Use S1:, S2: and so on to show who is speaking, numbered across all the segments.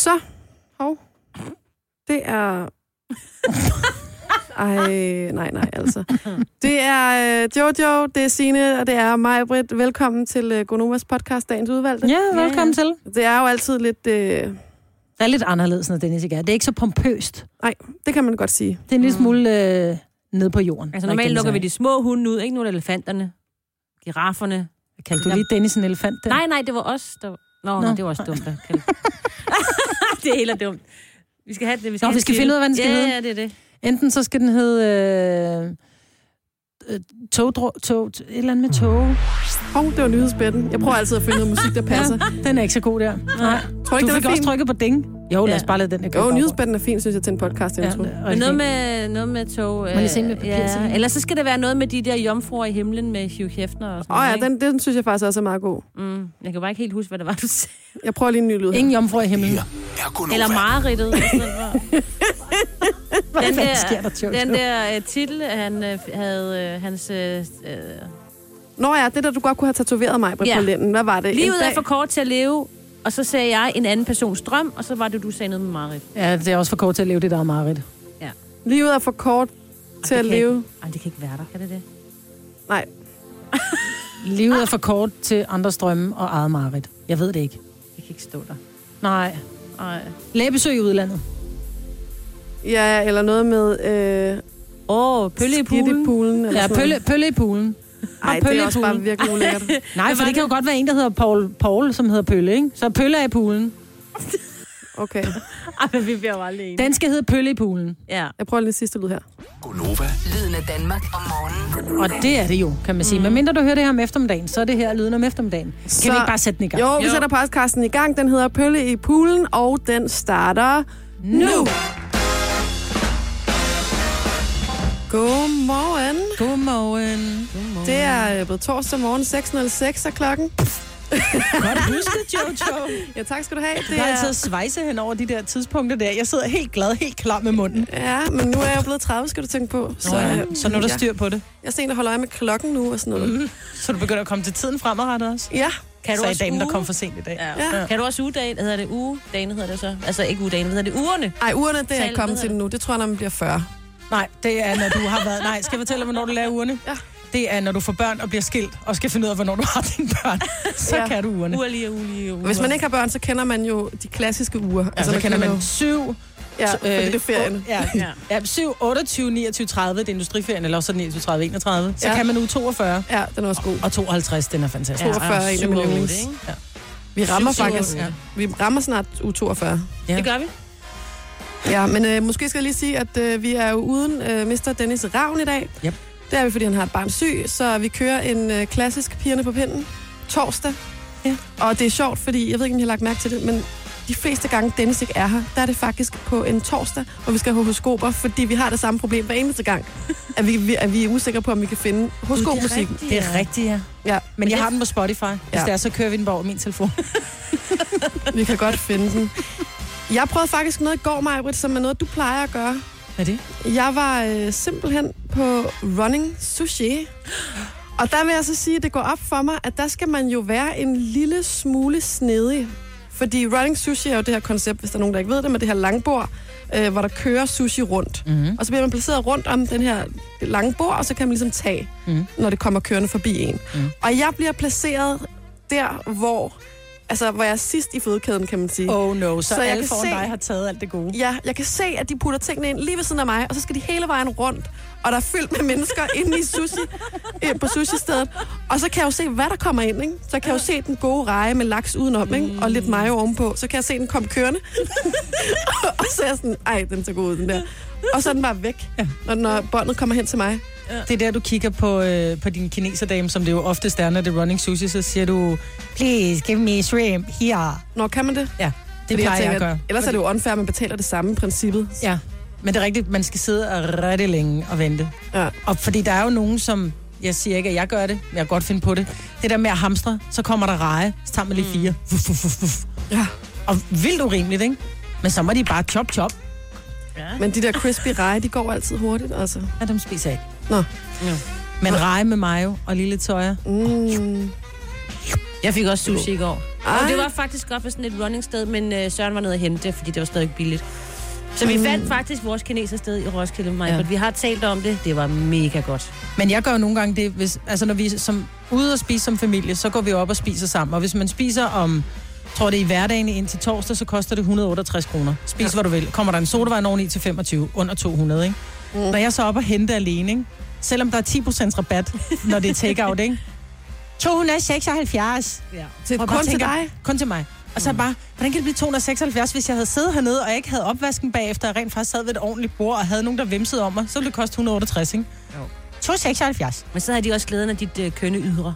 S1: Så, det er... nej, altså. Det er Jojo, det er Signe, og det er mig, Britt. Velkommen til Gonovas podcast, Dagens Udvalgte.
S2: Ja, velkommen til.
S1: Det er jo altid lidt...
S2: Det er lidt anderledes, når Dennis ikke er. Det er ikke så pompøst.
S1: Nej, det kan man godt sige.
S2: Det er en lille smule ned på jorden.
S3: Altså normalt lukker vi de små hunde ud, ikke nogle elefanterne, girafferne.
S2: Kaldte du lige Dennis en elefant der?
S3: Nej, det var os, der... Nå, det var også dumt. Det er helt dumt. Vi skal have det. Vi skal
S2: finde ud af, hvad den skal hedde.
S3: Ja, det er det.
S2: Enten så skal den hedde... et eller andet med tog.
S1: Det var nyhedsbætten. Jeg prøver altid at finde noget musik, der passer.
S2: Ja, den er ikke så god der. Nej.
S1: Tror ikke,
S2: du fik også trykket på ding. Jo, lad os bare lade den.
S1: Jo, nyhedsbætten er fin, synes jeg, til en podcast.
S3: Ja, men noget med tog.
S2: Man lige se med papir.
S3: Ja. Eller så skal det være noget med de der jomfruer i himlen med Hugh Hefner og sådan
S1: ja, den synes jeg faktisk også er meget god.
S3: Jeg kan bare ikke helt huske, hvad det var, du sagde.
S1: Jeg prøver lige en ny lyd her.
S2: Ingen jomfruer i himlen.
S3: Eller mareridtet. Den der titel, han havde hans...
S1: Nå ja, det der, du godt kunne have tatoveret mig på lænden. Hvad var det?
S3: Livet er for kort til at leve, og så sagde jeg en anden persons drøm, og så var det, du sagde noget med Marit.
S2: Ja, det er også for kort til at leve, det der er Marit.
S1: Ja. Livet er for kort til at leve.
S3: Det kan ikke være der, kan det?
S1: Nej.
S2: Livet er for kort til andres drømme og eget Marit. Jeg ved det ikke.
S3: Det kan ikke stå der.
S2: Nej. Lægebesøg i udlandet.
S1: Ja, eller noget med...
S3: pølle i poolen.
S2: Ja, pølle i poolen.
S1: Nej, det er også bare virkelig ulækkert.
S2: Nej, for det kan jo godt være en, der hedder Paul, som hedder Pølle, ikke? Så Pølle er i poolen.
S1: Okay.
S3: Men vi bliver jo aldrig enige.
S2: Den skal hedde Pølle i poolen.
S1: Ja. Jeg prøver lige sidste lyd her.
S4: Gonova.
S5: Lyden af Danmark om morgenen.
S2: Og det er det jo, kan man sige. Men mindre du hører det her om eftermiddagen, så er det her lyden om eftermiddagen. Kan vi ikke bare sætte den i gang?
S1: Jo, vi sætter podcasten i gang. Den hedder Pølle i poolen, og den starter nu. Godmorgen. Det er blevet torsdag morgen, 6:06 er klokken.
S2: Godt husket, Jojo.
S1: Ja, tak skal du have.
S2: Det er altid at svejse hen over de der tidspunkter der. Jeg sidder helt glad, helt klar med munden.
S1: Ja, men nu er jeg blevet 30, skal du tænke på.
S2: Så nu er der styr på det.
S1: Jeg ser en, der holder øje med klokken nu og sådan noget.
S2: Så du begynder at komme til tiden fremadrettet også?
S1: Ja.
S3: Kan du
S2: også damen, der kom for sent i dag.
S3: Ja. Kan du også ugedagen? Hedder det ugedagen, hedder det så? Altså ikke ugedagen, hedder det ugerne?
S1: Nej, ugerne, det er jeg kommet til nu. Det tror jeg, når man bliver 40.
S2: Nej, det er, når du har været... Nej, skal jeg fortælle dig, hvornår du laver ugerne?
S1: Ja.
S2: Det er, når du får børn og bliver skilt, og skal finde ud af, hvornår du har dine børn. Så kan du ugerne.
S3: Ugerlige.
S1: Hvis man ikke har børn, så kender man jo de klassiske uger.
S2: Altså, så kender man 7...
S1: Ja, det er ferien.
S2: Ja, 7, 28, 29, 30, det er industriferien, eller også 29, 30, 31. Så kan man uge 42.
S1: Ja, den er også god.
S2: Og 52, den er fantastisk.
S1: 42 er en af mine yndlings. Ja. Vi rammer faktisk. Ja. Vi rammer snart uge 42.
S3: Ja. Det gør vi.
S1: Ja, men måske skal jeg lige sige, at vi er jo uden Mr. Dennis Ravn i dag.
S2: Yep.
S1: Det er vi, fordi han har et barn syg, så vi kører en klassisk Pigerne på pinden torsdag. Ja. Og det er sjovt, fordi jeg ved ikke, om I har lagt mærke til det, men de fleste gange Dennis ikke er her, der er det faktisk på en torsdag, hvor vi skal have horoskoper, fordi vi har det samme problem hver eneste gang. At vi er usikre på, om vi kan finde horoskopmusik.
S2: Det er rigtigt, ja. Men jeg har den på Spotify. Hvis det er, så kører vi den bare over min telefon.
S1: Vi kan godt finde den. Jeg prøvede faktisk noget i går, Majbrit, som er noget, du plejer at gøre.
S2: Hvad er det?
S1: Jeg var simpelthen på Running Sushi. Og der vil jeg så sige, at det går op for mig, at der skal man jo være en lille smule snedig. Fordi Running Sushi er jo det her koncept, hvis der er nogen, der ikke ved det, med det her langbord, hvor der kører sushi rundt. Og så bliver man placeret rundt om den her lange bord, og så kan man ligesom tage, når det kommer kørende forbi en. Og jeg bliver placeret der, hvor jeg er sidst i fødekæden, kan man sige.
S2: Oh no, så alle foran dig har taget alt det gode.
S1: Ja, jeg kan se, at de putter tingene ind lige ved siden af mig, og så skal de hele vejen rundt, og der er fyldt med mennesker inde i sushi, på sushi-stedet. Og så kan jeg jo se, hvad der kommer ind, ikke? Så kan jeg jo se den gode reje med laks udenom, ikke? Og lidt mayo ovenpå. Så kan jeg se den komme kørende. Og så er jeg sådan, ej, den ser god ud, den der. Og så er den bare væk, når båndet kommer hen til mig.
S2: Ja. Det er der, du kigger på din kineserdame, som det jo oftest er, når det er running sushi, så siger du, please give me shrimp here.
S1: Nå, kan man det?
S2: Ja, det plejer jeg at gøre.
S1: Ellers er det jo unfair, at man betaler det samme i princippet.
S2: Ja, men det er rigtigt, man skal sidde og rigtig længe og vente. Ja. Og fordi der er jo nogen, som, jeg siger ikke, at jeg gør det, men jeg kan godt finde på det. Det der med at hamstre, så kommer der reje, så tager man lige 4. Ja. Og vildt urimeligt, ikke? Men så må de bare chop.
S1: Ja. Men de der crispy reje, de går altid hurtigt, altså.
S2: Ja, dem spiser jeg ikke.
S1: Nå.
S2: Ja. Men reje med mayo og lille tøjer.
S3: Jeg fik også sushi i går. Og det var faktisk godt på sådan et runningssted, men Søren var nede at hente, fordi det var stadig billigt. Så vi fandt faktisk vores kinesersted i Roskilde, Maja. Vi har talt om det. Det var mega godt.
S2: Men jeg gør jo nogle gange det, når vi som ude og spise som familie, så går vi op og spiser sammen. Og hvis man spiser om, tror det er i hverdagen ind til torsdag, så koster det 168 kroner. Spis, hvad du vil. Kommer der en sodavand oveni til 25, under 200, ikke? Når jeg så op og henter alene, ikke? Selvom der er 10% rabat, når det er take-out, ikke? 276.
S3: Ja.
S1: Kun til dig?
S2: Kun til mig. Og så bare, hvordan kan det blive 276, hvis jeg havde siddet hernede, og jeg ikke havde opvasken bagefter, og rent faktisk sad ved et ordentligt bord, og havde nogen, der vimsede om mig, så ville det koste 168, ikke? Jo. 276.
S3: Men så havde de også glæden af dit kønne ydre.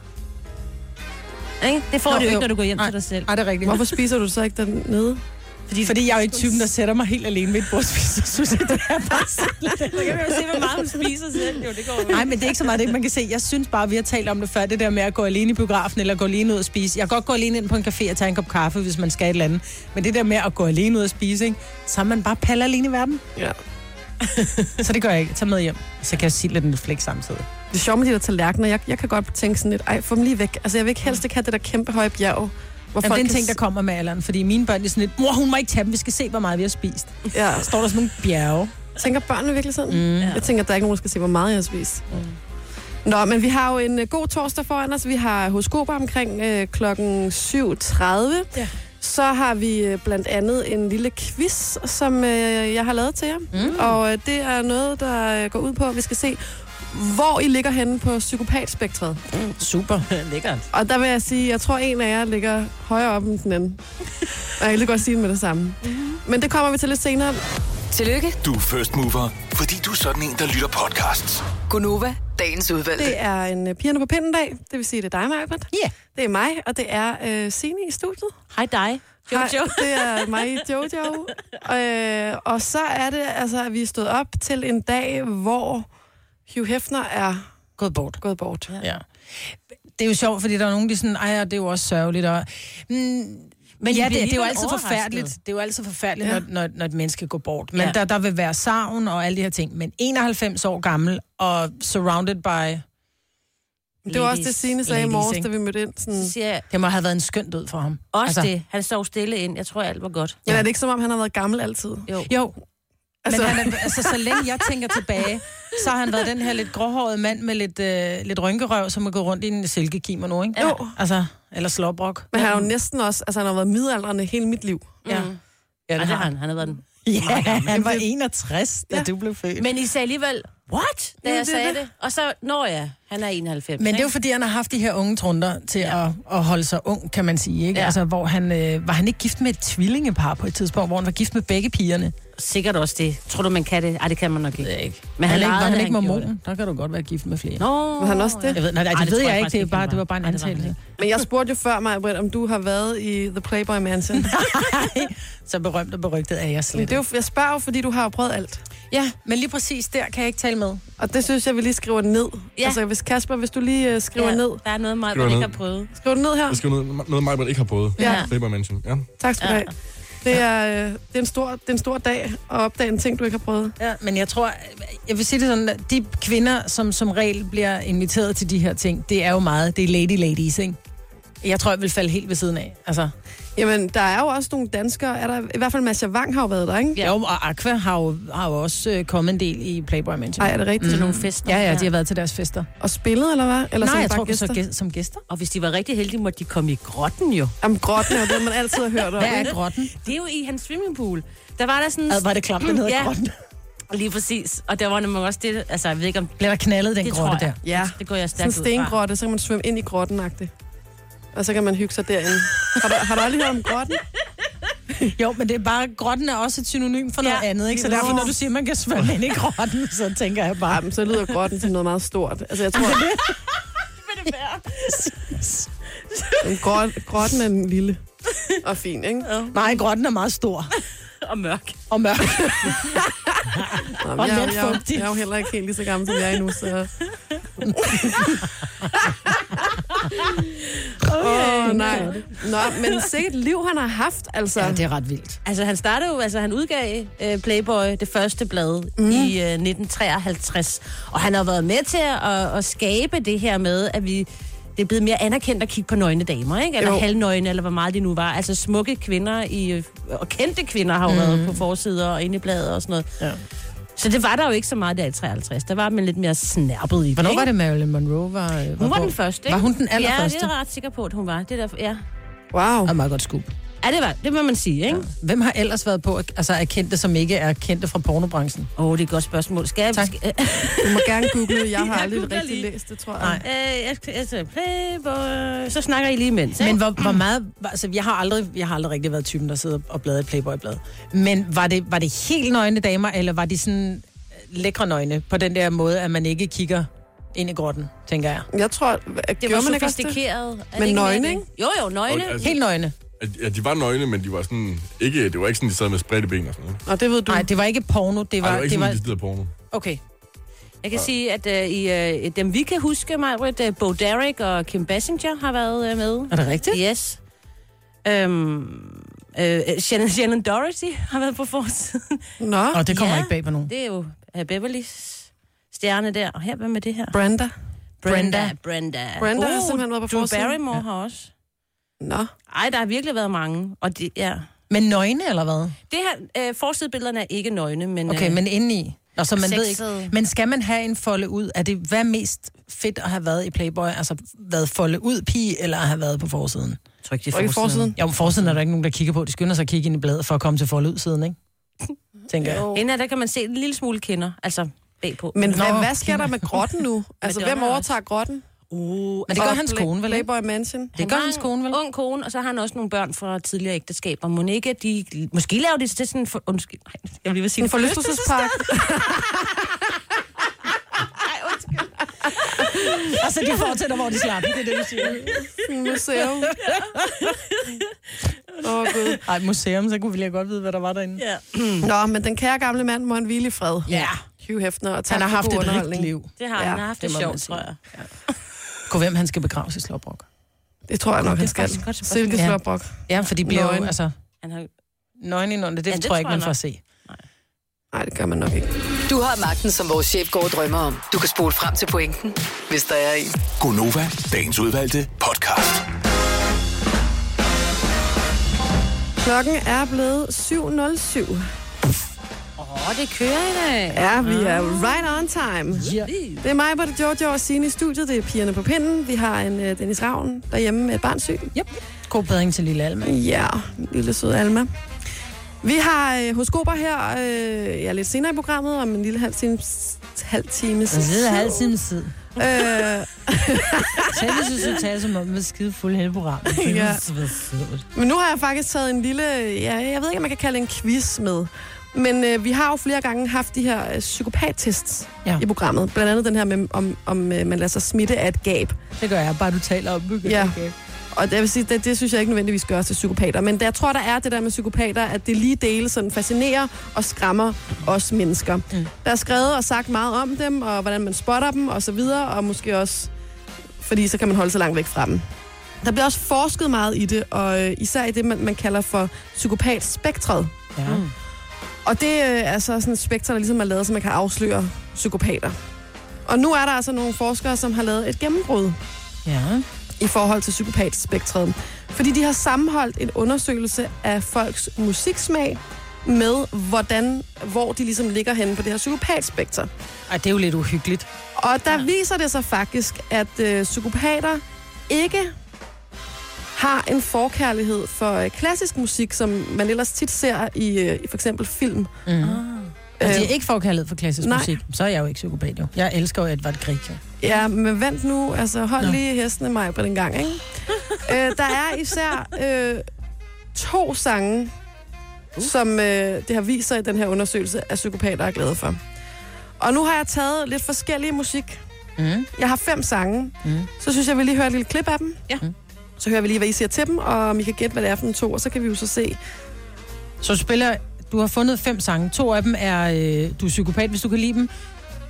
S3: Ikke? Det får du ikke, når du går hjem til dig selv.
S2: Nej, det er rigtigt.
S1: Hvorfor spiser du så ikke dernede?
S2: Fordi jeg er jo ikke typen, der sætter mig helt alene ved et bord og spiser sushi. Det er bare
S3: så kan vi jo se, hvor meget hun spiser selv. Jo, det går.
S2: Nej, men det er ikke så meget det, man kan se. Jeg synes bare, vi har talt om det før, det der med at gå alene i biografen, eller gå alene ud og spise. Jeg kan godt gå alene ind på en café og tage en kop kaffe, hvis man skal et eller andet. Men det der med at gå alene ud og spise, ikke? Så er man bare paller alene i verden.
S1: Ja.
S2: Så det gør jeg ikke. Tag med hjem. Så kan jeg sige lidt Netflix samtidig.
S1: Det er sjovt med de der tallerkener. Jeg kan godt tænke sådan lidt, få dem lige væk. Altså, jeg vil ikke helst ikke have det der kæmpe høje bjerg.
S2: Jamen, det er en ting, der kommer med alderen, fordi mine børn er sådan lidt, mor, hun må ikke tage dem, vi skal se, hvor meget vi har spist.
S1: Ja.
S2: Så står der sådan nogle bjerge.
S1: Tænker børnene virkelig sådan? Jeg tænker, at der er ikke nogen, der skal se, hvor meget jeg har spist. Nå, men vi har jo en god torsdag foran os. Vi har horoskoper omkring klokken 7:30. Ja. Så har vi blandt andet en lille quiz, som jeg har lavet til jer. Og det er noget, der går ud på, at vi skal se, hvor I ligger henne på psykopatspektret.
S2: Super. Lækkert.
S1: Og der vil jeg sige, jeg tror, en af jer ligger højere op end den anden. Og jeg kan godt sige det med det samme. Men det kommer vi til lidt senere.
S5: Tillykke.
S4: Du er first mover, fordi du er sådan en, der lytter podcasts.
S5: Gunova, dagens udvalgte.
S1: Det er en pigerne på pinden-dag. Det vil sige, det er dig, Majbert.
S2: Ja.
S1: Det er mig, og det er Signe i studiet.
S3: Hej dig.
S1: Jojo. Hej, det er mig, Jojo. Og så er det, altså, at vi er stået op til en dag, hvor Hugh Hefner er
S2: gået bort.
S1: Ja.
S2: Det er jo sjovt, fordi der er nogen, der sådan, ej, det er jo også sørgeligt. Og, men ja, det er jo altid forfærdeligt. Det er jo altid forfærdeligt, når et menneske går bort. Men der vil være savn og alle de her ting. Men 91 år gammel og surrounded by...
S1: Det var også det, Signe sagde i morges, da vi mødte ind. Sådan...
S2: Det må have været en skøn død for ham.
S3: Også altså... det. Han sov stille ind. Jeg tror, alt var godt.
S1: Ja, er det ikke som om, han har været gammel altid?
S2: Jo. Altså... Men så længe jeg tænker tilbage, så har han været den her lidt gråhårede mand med lidt rynkerøv, som er gået rundt i en silkekimer nu, ikke?
S1: Jo.
S2: Altså, eller slåbrok.
S1: Men han har jo næsten også, altså han har været midaldrende hele mit liv.
S2: Ja.
S3: Ja, det har han. Han har været den.
S2: Ja, han var 61, da du blev født.
S3: Men I sagde alligevel, what? Da jeg sagde det. Og så, han er 91.
S2: Men det er jo fordi, han har haft de her unge trunder til at holde sig ung, kan man sige, ikke?
S3: Ja.
S2: Altså, hvor han, var han ikke gift med et tvillingepar på et tidspunkt, hvor han var gift med begge pigerne?
S3: Sikkert også det. Tror du, man kan det? Ej, det kan man nok ikke.
S2: Det er ikke.
S3: Men
S2: han ikke mormon. Der kan du godt være gift med flere.
S1: Var han også det?
S2: Jeg ved, det ved jeg ikke. Det var bare en antagelse.
S1: Men jeg spurgte jo før mig, Britt, om du har været i The Playboy Mansion.
S2: Nej, så berømt og berygtet er jeg slet.
S1: Det er jo, jeg spørger jo, fordi du har jo prøvet alt.
S2: Ja, men lige præcis der kan jeg ikke tale med.
S1: Og det synes jeg, vi lige skriver ned. Ja. Altså, hvis Kasper, hvis du lige skriver ned.
S3: Der er noget, Majbert ikke har prøvet.
S1: Skriv det ned her.
S6: Jeg skriver noget Majbert ikke har prøvet.
S1: Ja.
S6: Playboy Mansion. Ja.
S1: Tak skal du have. Det er en stor dag at opdage en ting, du ikke har prøvet.
S2: Ja, men jeg tror, jeg vil sige det sådan, at de kvinder, som regel bliver inviteret til de her ting, det er jo meget, det er ladies, ikke? Jeg tror, jeg vil falde helt ved siden af. Altså.
S1: Jamen, der er jo også nogle danskere, i hvert fald Masha Wang har jo været der, ikke?
S2: Ja, og Aqua har jo også kommet en del i Playboy Mansion.
S1: Ej, er det rigtigt?
S3: Til nogle fester?
S2: Ja, de har været til deres fester.
S1: Og spillet, eller hvad? Eller
S2: nej, jeg tror
S1: gæster?
S2: som gæster.
S3: Og hvis de var rigtig heldige, måtte de komme i grotten jo.
S1: Jamen, grotten er jo det, man altid har hørt om.
S2: Hvad er grotten?
S3: Det er jo i hans swimmingpool. Der var der sådan...
S2: Var det klamt, den hedder grotten?
S3: Lige præcis. Og der var nemlig også det... Altså, jeg ved ikke om...
S2: Bliver der knaldet den grotte der?
S1: Ja.
S3: Det går jeg stærkt ud fra.
S1: Sådan en stengrotte, så kan man svømme ind i grotten-agtigt. Og så kan man hygge sig derinde. Har du aldrig hørt om grotten?
S2: Jo, men det er bare, grotten er også et synonym for noget andet, ikke? Så derfor, når du siger, at man kan svømme ind i grotten, så tænker jeg bare...
S1: Jamen, så lyder grotten som noget meget stort. Altså, jeg tror... Grotten er en lille og fin, ikke?
S2: Ja. Nej, grotten er meget stor.
S3: Og mørk.
S2: Og mørk.
S1: Nå, jeg er jo heller ikke helt lige så gammel, som jeg er endnu, så... Nej. Nå, men sikkert liv, han har haft, altså.
S2: Ja, det er ret vildt.
S3: Altså, han startede jo, han udgav Playboy, det første blad, i 1953. Og han har været med til at skabe det her med, at vi det er blevet mere anerkendt at kigge på nøgne damer, ikke? Eller halvnøgne, eller hvor meget det nu var. Altså smukke kvinder og kendte kvinder har jo været på forsider og inde i bladet og sådan noget. Ja. Så det var der jo ikke så meget der i 53. Der var man lidt mere snærpet i det.
S2: Hvornår var det Marilyn Monroe var
S3: hun var den første, ikke?
S2: Var hun den allerførste?
S3: Ja, det er jeg ret sikker på, at hun var. Det der, ja.
S1: Wow.
S2: Det er meget godt scoop.
S3: Ja, det må man sige, ikke? Ja.
S2: Hvem har ellers været på, altså er kendte, som ikke er kendte fra pornobranchen?
S3: Det er et godt spørgsmål. Skal jeg...
S2: Tak.
S1: Du må gerne google. Jeg har aldrig rigtig læst det, tror jeg.
S3: Nej. Så snakker I lige imens, ikke?
S2: Men hvor meget... Altså, jeg har aldrig rigtig været typen, der sidder og bladrer et Playboy-blad. Men var det helt nøgne damer, eller var de sådan lækre nøgne på den der måde, at man ikke kigger ind i grotten, tænker jeg?
S1: Jeg tror,
S3: det var sofistikeret.
S1: Men nøgne, ikke?
S3: Jo, nøgne.
S6: Altså,
S2: helt nøgne.
S6: Ja, de var nøgne, men de var sådan ikke, det var ikke sådan, de sad med spredte ben og sådan noget.
S1: Og det ved du.
S2: Nej, det var ikke porno. Det var
S6: ikke sådan, de porno.
S2: Okay.
S3: Jeg kan sige, at i dem vi kan huske, Majbrit, Bo Derek og Kim Basinger har været med.
S2: Er det rigtigt?
S3: Yes. Shannon Doherty har været på forsiden.
S1: Nå.
S2: Og det kommer ikke bag på nogen.
S3: Det er jo Beverlys stjerne der. Og her, hvad med det her?
S1: Brenda
S3: Brenda
S1: har simpelthen været på forsiden.
S3: Drew Barrymore har også.
S1: Nå.
S3: Ej, der har virkelig været mange. Og
S2: Men nøgne, eller hvad?
S3: Det her, forsidebillederne er ikke nøgne, men...
S2: Okay, men indeni. Og så man
S3: sexet.
S2: ved ikke. Men skal man have en folde ud? Hvad er mest fedt at have været i Playboy? Altså, været folde ud pige, eller at have været på forsiden?
S3: Jeg tror ikke, det er forsiden.
S2: Jo, forsiden er der ikke nogen, der kigger på. De skynder sig at kigge ind i bladet for at komme til folde ud siden, ikke? Tænker jeg.
S3: Inden der kan man se en lille smule kinder, altså bagpå.
S1: Men hvad sker der med grotten nu? Altså, hvem overtager grotten?
S2: Men det gør hans kone, vel?
S1: Playboy Mansion.
S2: Det gør hans kone, vel?
S3: Ung kone, og så har han også nogle børn fra tidligere ægteskaber. Måske laver de til sådan en... Undskyld, nej, jeg vil lige sige
S1: en forlystelsespark.
S3: Nej, undskyld.
S2: Altså, de fortsætter, hvor de slap. Det er det, du siger.
S1: Museum.
S2: Gud. Ej, museum, så kunne vi lige godt vide, hvad der var derinde.
S3: Ja.
S1: Nå, men den kære gamle mand må han hvile i fred.
S2: Ja.
S1: Hugh Hefner. Og
S2: han har haft et rigtigt liv.
S3: Det har han haft det sjovt, tror jeg.
S2: Ja. Hvem han skal begraves i Slåbrok?
S1: Det tror jeg nok, han skal. Silke Slåbrok.
S2: Ja, for de bliver jo, altså...
S3: Han har...
S2: Nøgne indenunder, det tror jeg ikke, man får se.
S1: Nej, det gør man nok ikke.
S5: Du har magten, som vores chef går og drømmer om. Du kan spole frem til pointen, hvis der er en.
S4: Gonova, dagens udvalgte podcast.
S1: Klokken er blevet 7:07.
S3: Det kører i dag.
S1: Ja, vi er right on time.
S2: Yeah.
S1: Det er mig, Britta, Jojo og Signe i studiet. Det er pigerne på pinden. Vi har en Dennis Ravn derhjemme med et barnsyg.
S2: Yep. God bedring til lille Alma.
S1: Ja, lille søde Alma. Vi har horoskoper her lidt senere i programmet, om en lille halv time
S2: tid. Så taler som om, vi skide fuld hele programmet.
S1: Ja. Men nu har jeg faktisk taget en lille, jeg ved ikke, om man kan kalde en quiz med. Men vi har jo flere gange haft de her psykopattests i programmet. Blandt andet den her med, om man lader sig smitte af et gab.
S2: Det gør jeg, bare du taler om det.
S1: Ja. Og det vil sige, det synes jeg ikke nødvendigvis gør til psykopater. Men jeg tror, der er det der med psykopater, at det lige dele sådan fascinerer og skræmmer os mennesker. Der er skrevet og sagt meget om dem, og hvordan man spotter dem, og så videre. Og måske også, fordi så kan man holde sig langt væk fra dem. Der bliver også forsket meget i det, og især i det, man kalder for psykopatspektret.
S2: Ja.
S1: Og det er så sådan et spektrum, der ligesom er lavet, så man kan afsløre psykopater. Og nu er der altså nogle forskere, som har lavet et gennembrud i forhold til psykopatspektret. Fordi de har sammenholdt en undersøgelse af folks musiksmag med, hvor de ligesom ligger henne på det her psykopatspektrum.
S2: Ej, det er jo lidt uhyggeligt.
S1: Og der viser det sig faktisk, at psykopater ikke har en forkærlighed for klassisk musik, som man ellers tit ser i for eksempel film.
S2: Altså, de er ikke forkærlighed for klassisk musik, så er jeg jo ikke psykopat, jo. Jeg elsker jo Edvard Grieg.
S1: Ja, men vent nu, altså hold lige hestene mig på den gang, ikke? Der er især 2 sange, som det har vist sig i den her undersøgelse, at psykopater er glade for. Og nu har jeg taget lidt forskellige musik. Jeg har 5 sange. Så synes jeg, vi lige hører et lille klip af dem.
S3: Ja.
S1: Så hører vi lige, hvad I siger til dem, og om I kan gætte, hvad det er for en 2, og så kan vi jo så se.
S2: Så du har fundet 5 sange. 2 af dem er, du er psykopat, hvis du kan lide dem.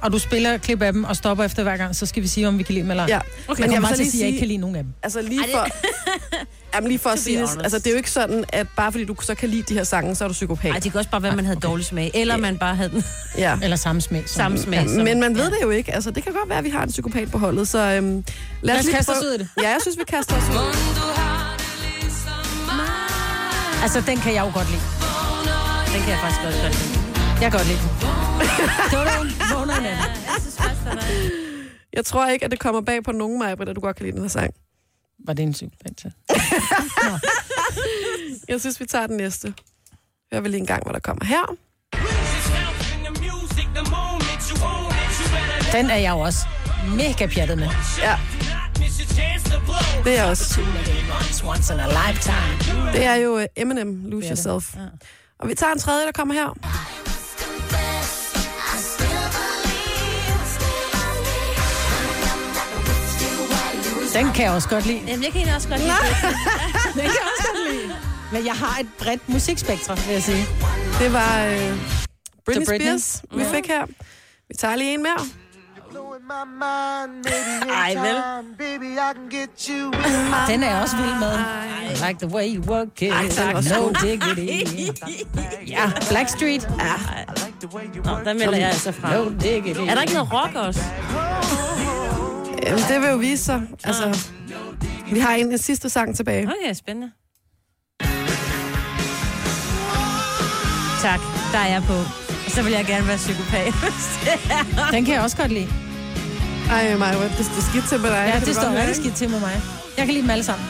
S2: og du spiller et klip af dem og stopper efter hver gang, så skal vi sige, om vi kan lide dem eller ej.
S1: Ja.
S2: Okay, men jeg vil bare sige, at jeg ikke kan lide nogen af dem.
S1: Altså lige for at sige det, altså det er jo ikke sådan, at bare fordi du så kan lide de her sange, så er du psykopat.
S3: Nej, det kan også bare være, at man havde dårlig smag, eller man bare havde den
S2: eller samme smag.
S3: Samme smag.
S1: Men man ved det jo ikke. Altså det kan godt være, at vi har en psykopat på holdet, så lad os
S2: kaste os ud i det.
S1: Ja, jeg synes, vi kaster os ud.
S2: Altså, den kan jeg jo godt lide.
S3: Den kan jeg faktisk godt lide.
S2: Jeg kan godt lide den. Det var den. Vågner en anden.
S3: Jeg synes faktisk, den er...
S1: Jeg tror ikke, at det kommer bag på nogen, Maja, at du godt kan lide den her sang.
S2: Var det en psykopat til?
S1: Jeg synes, vi tager den næste. Hør vel lige en gang, hvad der kommer her.
S2: Den er jeg jo også mega pjattet med.
S1: Ja. Det er jeg også.
S2: Once in a lifetime.
S1: Det er jo Eminem, Lose Yourself. Ja. Og vi tager en tredje, der kommer her.
S2: Den kan jeg også godt lide.
S3: Jamen, jeg kan egentlig også godt lide
S2: den. Den kan jeg også godt lide. Men jeg har et bredt musikspektrum, vil jeg sige.
S1: Det var Britney Spears, vi fik her. Vi tager lige en mere.
S3: Ej, vel?
S2: Den er jeg også vild med. I like the way you work it. No diggity. Ja, Blackstreet.
S3: Ja. Nå, der melder jeg altså fra.
S2: No diggity.
S3: Er der ikke noget rock også?
S1: Det vil jo vise sig. Altså, vi har en sidste sang tilbage.
S3: Okay, spændende. Tak, der er jeg på. Og så vil jeg gerne være psykopat.
S2: Den kan jeg også godt lide.
S1: Ej, Maja, det står skidt til med dig.
S2: Ja, det står rigtig skidt til med mig. Jeg kan lide dem alle sammen.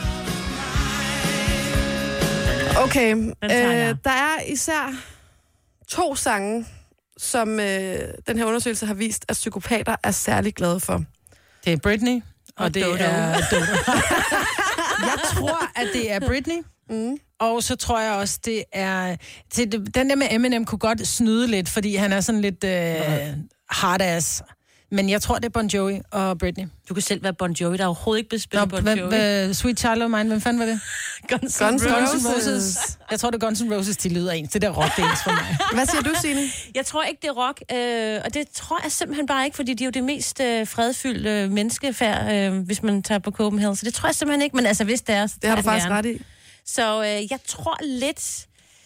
S1: Okay, der er især 2 sange, som den her undersøgelse har vist, at psykopater er særlig glade for.
S2: Det er Britney, og det er Dodo. Jeg tror, at det er Britney. Og så tror jeg også, det er... Den der med Eminem kunne godt snyde lidt, fordi han er sådan lidt hard-ass. Men jeg tror, det er Bon Jovi og Britney.
S3: Du kan selv være Bon Jovi, der er overhovedet ikke blevet spillet Bon Jovi.
S2: Sweet Child of Mine, hvem fanden var det?
S1: Guns N' Roses.
S2: Jeg tror, det er Guns N' Roses, de lyder ens. Det der rock, det er ens for mig.
S1: Hvad siger du, Signe?
S3: Jeg tror ikke, det er rock, og det tror jeg simpelthen bare ikke, fordi de er jo det mest fredfyldte menneskefærd, hvis man tager på Copenhagen. Så det tror jeg simpelthen ikke, men altså hvis det er, så
S1: det har du faktisk ret i.
S3: Så jeg tror lidt...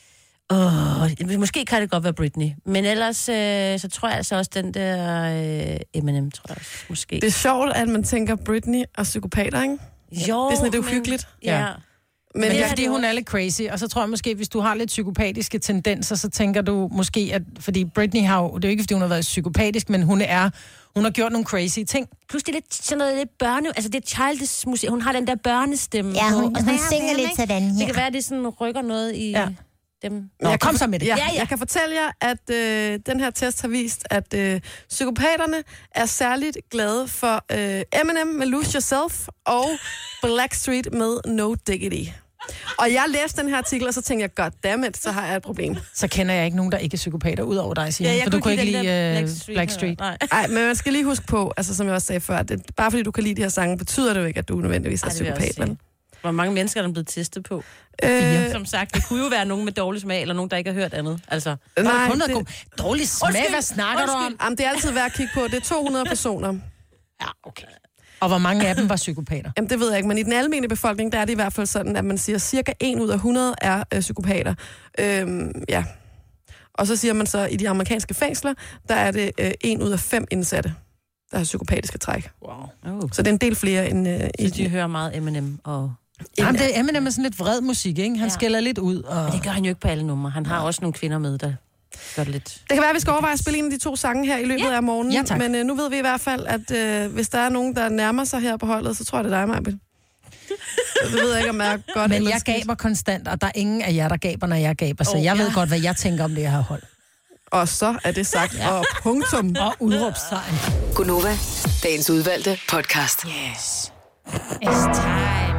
S3: måske kan det godt være Britney, men ellers så tror jeg altså også den der Eminem, tror jeg også, måske.
S1: Det er sjovt, at man tænker Britney og psykopater, ikke?
S3: Jo,
S1: det er sådan lidt uhyggeligt.
S3: Ja.
S2: Men det er, fordi hun er lidt crazy, og så tror jeg måske, hvis du har lidt psykopatiske tendenser, så tænker du måske, at... Fordi Britney har jo... Det er jo ikke, fordi hun har været psykopatisk, men hun har gjort nogle crazy ting.
S3: Plus det er lidt sådan noget lidt altså det er childish musik. Hun har den der børnestemme.
S7: Ja, hun synger lidt sådan her.
S3: Det kan være, at det sådan rykker noget i dem.
S2: Nå, kom så med det.
S1: Ja. Jeg kan fortælle jer, at den her test har vist, at psykopaterne er særligt glade for Eminem med Lose Yourself og Blackstreet med No Diggity. Og jeg læste den her artikel, og så tænkte jeg, goddammit, så har jeg et problem.
S2: Så kender jeg ikke nogen, der ikke er psykopater, ud over dig, Signe. For du kunne ikke lide Blackstreet.
S1: Nej, men man skal lige huske på, altså som jeg også sagde før, at bare fordi du kan lide de her sange, betyder det jo ikke, at du nødvendigvis er psykopat.
S3: Hvor mange mennesker er der blevet testet på? Som sagt, det kunne jo være nogen med dårlig smag, eller nogen, der ikke har hørt andet. Altså,
S1: nej,
S2: dårlig smag, hvad snakker du om?
S1: Jamen, det er altid værd at kigge på. Det er 200 personer.
S2: Ja, okay. Og hvor mange af dem var psykopater?
S1: Jamen, det ved jeg ikke, men i den almindelige befolkning, der er det i hvert fald sådan, at man siger, at cirka 1 ud af 100 er psykopater. Ja. Og så siger man så, i de amerikanske fængsler, der er det 1 ud af 5 indsatte, der har psykopatiske træk.
S2: Wow.
S1: Så det er en del flere end...
S3: Så de hører meget Eminem og...
S2: Jamen, Eminem er sådan lidt vred musik, ikke? Han skælder lidt ud. Og...
S3: Men det gør han jo ikke på alle numre. Han har også nogle kvinder med, der gør det lidt... Det
S1: kan være, at vi skal overveje at spille en af de 2 sange her i løbet af morgenen.
S2: Ja, tak.
S1: Men nu ved vi i hvert fald, at hvis der er nogen, der nærmer sig her på holdet, så tror jeg, det er dig, Marbet. Det ved jeg ikke, om jeg er godt.
S2: Men jeg gaber konstant, og der er ingen af jer, der gaber, når jeg gaber. Så jeg ved godt, hvad jeg tænker om det her hold.
S1: Og så er det sagt, og punktum.
S2: Og udråbstegn.
S5: Gunova, dagens udvalgte podcast.
S2: Yes.
S3: It's time.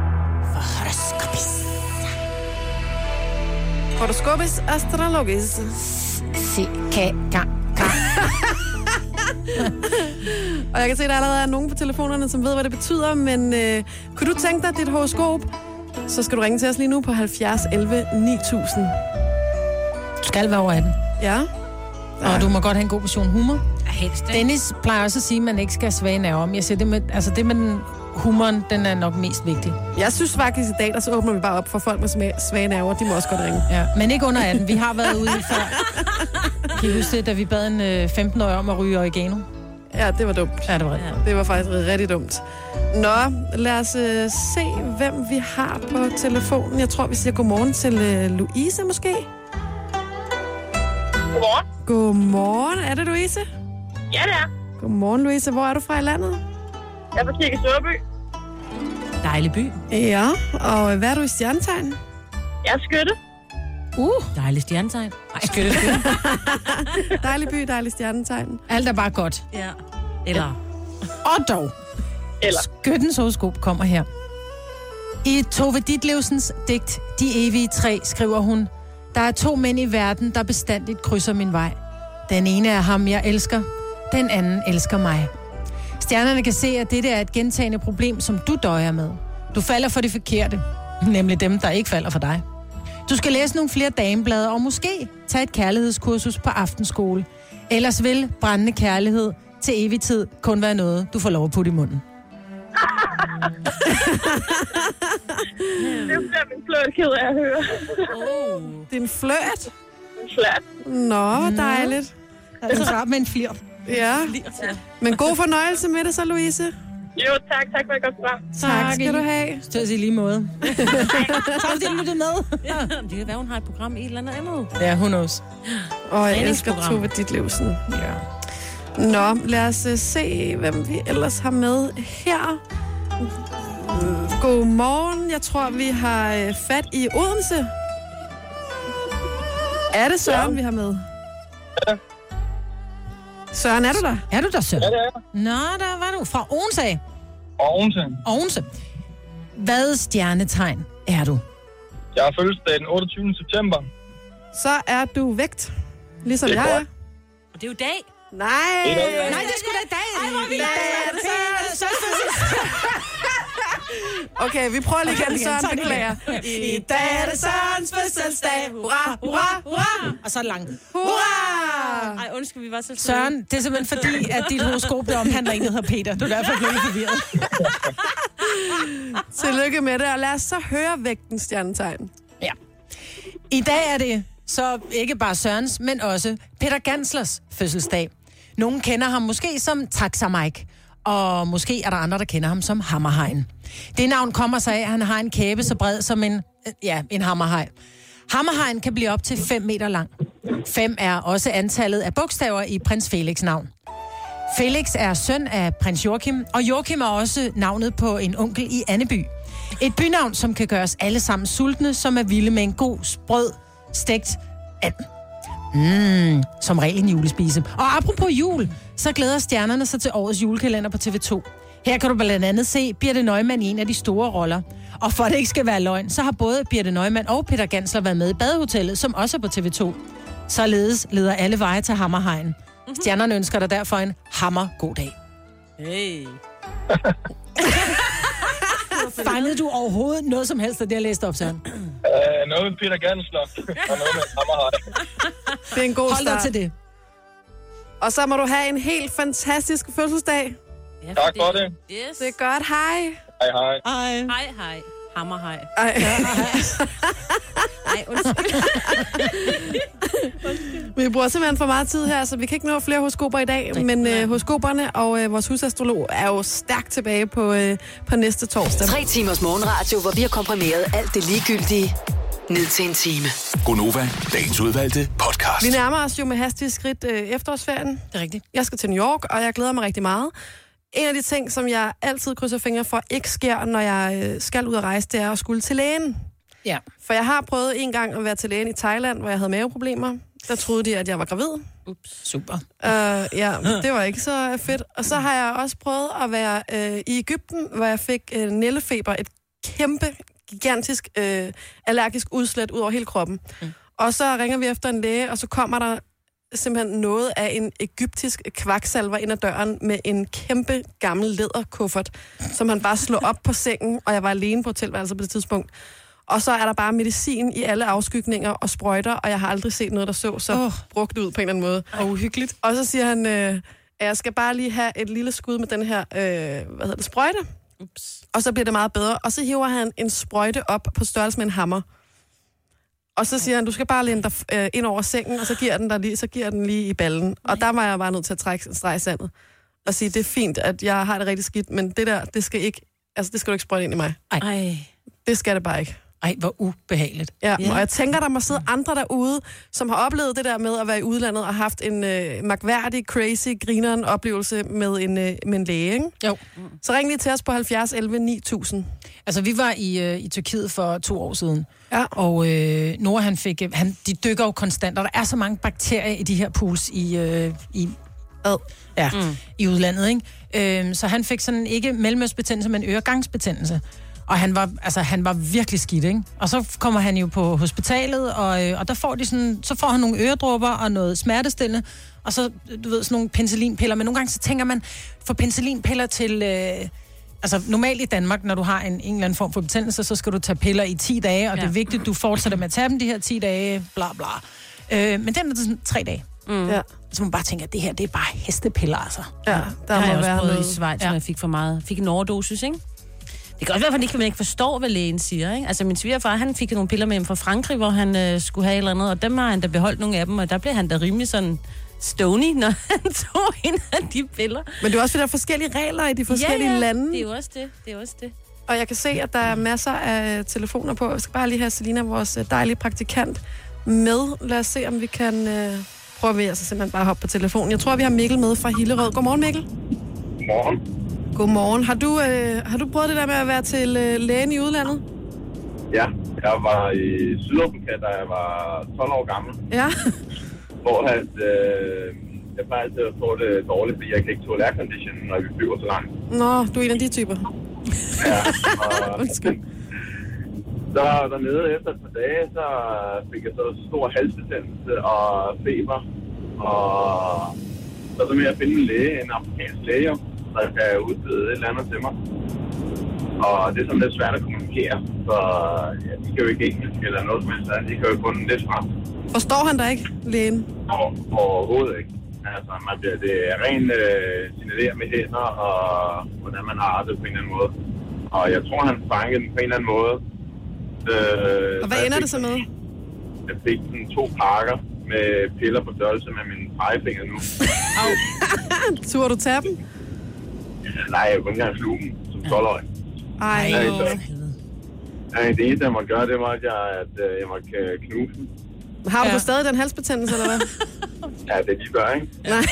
S1: Horoskopis astrologis. Og jeg kan se, at der allerede er nogen på telefonerne, som ved, hvad det betyder, men kunne du tænke dig dit horoskop, så skal du ringe til os lige nu på 70 11 9000.
S2: Du skal være over 18.
S1: Ja.
S2: Og du må godt have en god portion humor.
S3: Helst, ikke?
S2: Dennis plejer også at sige, at man ikke skal have svage nerver. Men jeg siger, det med den humoren, den er nok mest vigtig.
S1: Jeg synes faktisk i dag, der så åbner vi bare op for folk med svage nerver. De må også godt ringe.
S2: Ja, men ikke under 18. Vi har været ude i før. Kan I huske det, da vi bad en 15-årig om at ryge oregano?
S1: Ja, det var dumt.
S2: Ja, det var rigtigt.
S1: Det var faktisk rigtig dumt. Nå, lad os se, hvem vi har på telefonen. Jeg tror, vi siger godmorgen til Louise, måske.
S8: Godmorgen.
S1: Godmorgen. Er det Louise?
S8: Ja, det er.
S1: Godmorgen, Louise. Hvor er du fra i landet?
S8: Jeg er fra Kirke Sørby.
S3: Dejlig by.
S1: Ja, og hvad er du i stjernetegn?
S8: Jeg er skytte.
S3: Dejlig stjernetegn.
S2: Ej, skytte.
S1: Dejlig by, dejlig stjernetegn.
S2: Alt er bare godt.
S3: Ja. Eller...
S2: Og dog.
S8: Eller.
S2: Skyttens horoskop kommer her. I Tove Ditlevsens digt De evige tre skriver hun: Der er 2 mænd i verden, der bestandigt krydser min vej. Den ene er ham, jeg elsker. Den anden elsker mig. Stjernerne kan se, at dette er et gentagende problem, som du døjer med. Du falder for det forkerte, nemlig dem, der ikke falder for dig. Du skal læse nogle flere dameblade, og måske tage et kærlighedskursus på aftenskole. Ellers vil brændende kærlighed til evig tid kun være noget, du får lov at putte i munden.
S8: Det bliver min fløjt ked af at høre.
S1: Det er en fløjt.
S8: Flat.
S1: Nå, hvor dejligt.
S2: Altså så med en flirt.
S1: Ja, men god fornøjelse med det så, Louise.
S8: Jo, tak. Tak for et godt svar.
S1: Tak skal du have.
S2: Stød sig lige måde. Tak fordi du lyttede med.
S3: Ja, det kan være, hun har et program i et eller andet.
S2: Ja, who knows.
S1: Og jeg elsker Tove Ditlevsen.
S2: Ja.
S1: Nå, lad os se, hvem vi ellers har med her. Godmorgen. Jeg tror, vi har fat i Odense. Er det Søren, vi har med?
S8: Ja.
S1: Søren, er du der?
S2: Er du der, Søren?
S8: Ja, det er.
S2: Nå, der var du. Fra Odense. Odense. Hvad stjernetegn er du?
S8: Jeg har fødselsdag den 28. september.
S1: Så er du vægt, ligesom
S8: Det er
S1: jeg er.
S8: godt.
S3: Og det er jo i dag.
S1: Nej.
S2: Nej, det skulle da i dag.
S1: Ej, hvor vildt. Okay, vi prøver lige igen. Søren beklager. I dag er det Sørens fødselsdag. Hurra, hurra, hurra.
S2: Og så langt.
S1: Hurra!
S3: Ej, undskyld, vi var så
S2: Søren, det er simpelthen fordi, at dit horoskop der omhandler en, der hedder Peter. Du er derfor blevet forvirret.
S1: Tillykke med det, og lad os så høre vægtens stjernetegn.
S2: Ja. I dag er det så ikke bare Sørens, men også Peter Ganslers fødselsdag. Nogle kender ham måske som Taxa Mike, og måske er der andre, der kender ham som Hammerhajn. Det navn kommer sig af, at han har en kæbe så bred som en hammerhaj. Hammerhajn kan blive op til 5 meter lang. 5 er også antallet af bogstaver i prins Felix' navn. Felix er søn af prins Joachim, og Joachim er også navnet på en onkel i Anneby. Et bynavn, som kan gøre os alle sammen sultne, som er vilde med en god, sprød, stegt and. Som regel en julespise. Og apropos jul, så glæder stjernerne sig til årets julekalender på TV2. Her kan du blandt andet se Birthe Neumann i en af de store roller. Og for at det ikke skal være løgn, så har både Birthe Neumann og Peter Gansler været med i Badehotellet, som også er på TV2. Således leder alle veje til Hammerhajn. Stjernerne ønsker dig derfor en hammer god dag.
S3: Hey.
S2: Fangede du overhovedet noget som helst af det, jeg læste op, Søren?
S8: Noget med Peter Gansler og noget med Hammerhaj.
S1: Det er en god
S2: Hold dig
S1: start.
S2: til det.
S1: Og så må du have en helt fantastisk fødselsdag.
S3: Ja,
S8: Tak for det.
S3: Yes.
S1: Det er godt. Hej.
S8: Hej.
S3: Hej. Hammerhaj.
S1: Ej.
S3: Nej, undskyld.
S1: Vi bruger simpelthen for meget tid her, så vi kan ikke nå flere horoskoper i dag. Men horoskoperne og vores husastrolog er jo stærkt tilbage på næste torsdag.
S5: 3 timers morgenradio, hvor vi har komprimeret alt det ligegyldige ned til en time.
S4: Gonova, dagens udvalgte podcast.
S1: Vi nærmer os jo med hastige skridt efterårsferien.
S2: Det er rigtigt.
S1: Jeg skal til New York, og jeg glæder mig rigtig meget. En af de ting, som jeg altid krydser fingre for, ikke sker, når jeg skal ud og rejse, det er at skulle til lægen.
S2: Ja.
S1: For jeg har prøvet en gang at være til lægen i Thailand, hvor jeg havde maveproblemer. Der troede de, at jeg var gravid.
S2: Super.
S1: Ja, det var ikke så fedt. Og så har jeg også prøvet at være i Egypten, hvor jeg fik nældefeber, et kæmpe, gigantisk allergisk udslæt ud over hele kroppen. Og så ringer vi efter en læge, og så kommer der simpelthen noget af en egyptisk kvaksalver ind ad døren med en kæmpe gammel læderkuffert, som han bare slog op på sengen, og jeg var alene på hotelværelset på det tidspunkt. Og så er der bare medicin i alle afskygninger og sprøjter, og jeg har aldrig set noget, der så brugt ud på en eller anden måde.
S2: Og uhyggeligt.
S1: Og så siger han, Jeg skal bare lige have et lille skud med den her, sprøjte. Ups. Og så bliver det meget bedre. Og så hiver han en sprøjte op på størrelse med en hammer. Og så siger han, du skal bare læne dig ind over sengen, og så giver den lige i ballen. Og der var jeg bare nødt til at trække en streg i sandet. Og sige, det er fint, at jeg har det rigtig skidt, men det der, det skal du ikke sprøjte ind i mig.
S2: Ej.
S1: Det skal det bare ikke.
S2: Ej, hvor ubehageligt.
S1: Ja, og jeg tænker, der må sidde andre derude, som har oplevet det der med at være i udlandet og haft en mærkværdig, crazy, grineren oplevelse med en læge, ikke?
S2: Jo.
S1: Så ring lige til os på 70 11 9000.
S2: Altså, vi var i Tyrkiet for 2 år siden,
S1: ja.
S2: Og Nora, de dykker jo konstant, og der er så mange bakterier i de her pools i udlandet, ikke? Så han fik sådan ikke mellemøstbetændelse, men øregangsbetændelse. Og han var virkelig skidt, ikke? Og så kommer han jo på hospitalet, og der får så får han nogle øredråber og noget smertestillende, og så, du ved, sådan nogle penicillinpiller. Men nogle gange så tænker man, for penicillinpiller til... normalt i Danmark, når du har en eller anden form for betændelse, så skal du tage piller i 10 dage, og det er vigtigt, at du fortsætter med at tage dem de her 10 dage, bla bla. Men den er sådan 3 dage. Ja. Så man bare tænker, at det her, det er bare hestepiller, altså.
S1: Ja, der
S3: har jeg
S1: også
S3: prøvet i Schweiz, når jeg fik for meget. Fik en overdosis, ikke? Det kan også være, at man ikke forstår, hvad lægen siger, ikke? Altså, min svigerfar, han fik nogle piller med hjem fra Frankrig, hvor han skulle have et eller andet, og dem har han da beholdt nogle af dem, og der blev han da rimelig sådan stony, når han tog en af de piller.
S1: Men det er også, fordi der er forskellige regler i de forskellige lande.
S3: det er jo også det.
S1: Og jeg kan se, at der er masser af telefoner på. Jeg skal bare lige have Selina, vores dejlige praktikant, med. Lad os se, om vi kan prøve at simpelthen bare hoppe på telefonen. Jeg tror, vi har Mikkel med fra Hillerød. Godmorgen, Mikkel.
S9: Godmorgen.
S1: Godmorgen. Har du prøvet det der med at være til lægen i udlandet?
S9: Ja, jeg var i Sydafrika, da jeg var 12 år gammel.
S1: Ja.
S9: Hvor jeg plejer altid at få det dårligt, fordi jeg kan ikke tåle aircondition, når vi flyver så langt.
S1: Nå, du er en af de typer.
S9: Ja, og så dernede efter et par dage, så fik jeg så stor halsbetændelse og feber. Og så med at finde en læge, en afrikansk læge, der kan udbyde et eller andet til mig. Og det er sådan lidt svært at kommunikere, så ja, de kan jo ikke engelsk eller noget som helst, de kan jo kun lidt frem.
S1: Forstår han dig ikke, lægen?
S9: Overhovedet ikke. Altså, det er rent signalere med hænder, og hvordan man har det på en eller anden måde. Og jeg tror, han fangede den på en eller anden måde.
S1: Og hvad ender det så med?
S9: Jeg fik sådan 2 pakker med piller på størrelse med mine pegefinger nu.
S1: Turde du tage dem?
S9: Nej, jeg kunne ikke engang sluge dem som 12-årig.
S1: Ej.
S9: Det eneste, jeg måtte gøre, det var, at jeg måtte knuse dem.
S1: Har du stadig den halsbetændelse, eller hvad?
S9: Ja, det er de bør, ikke?
S1: Nej.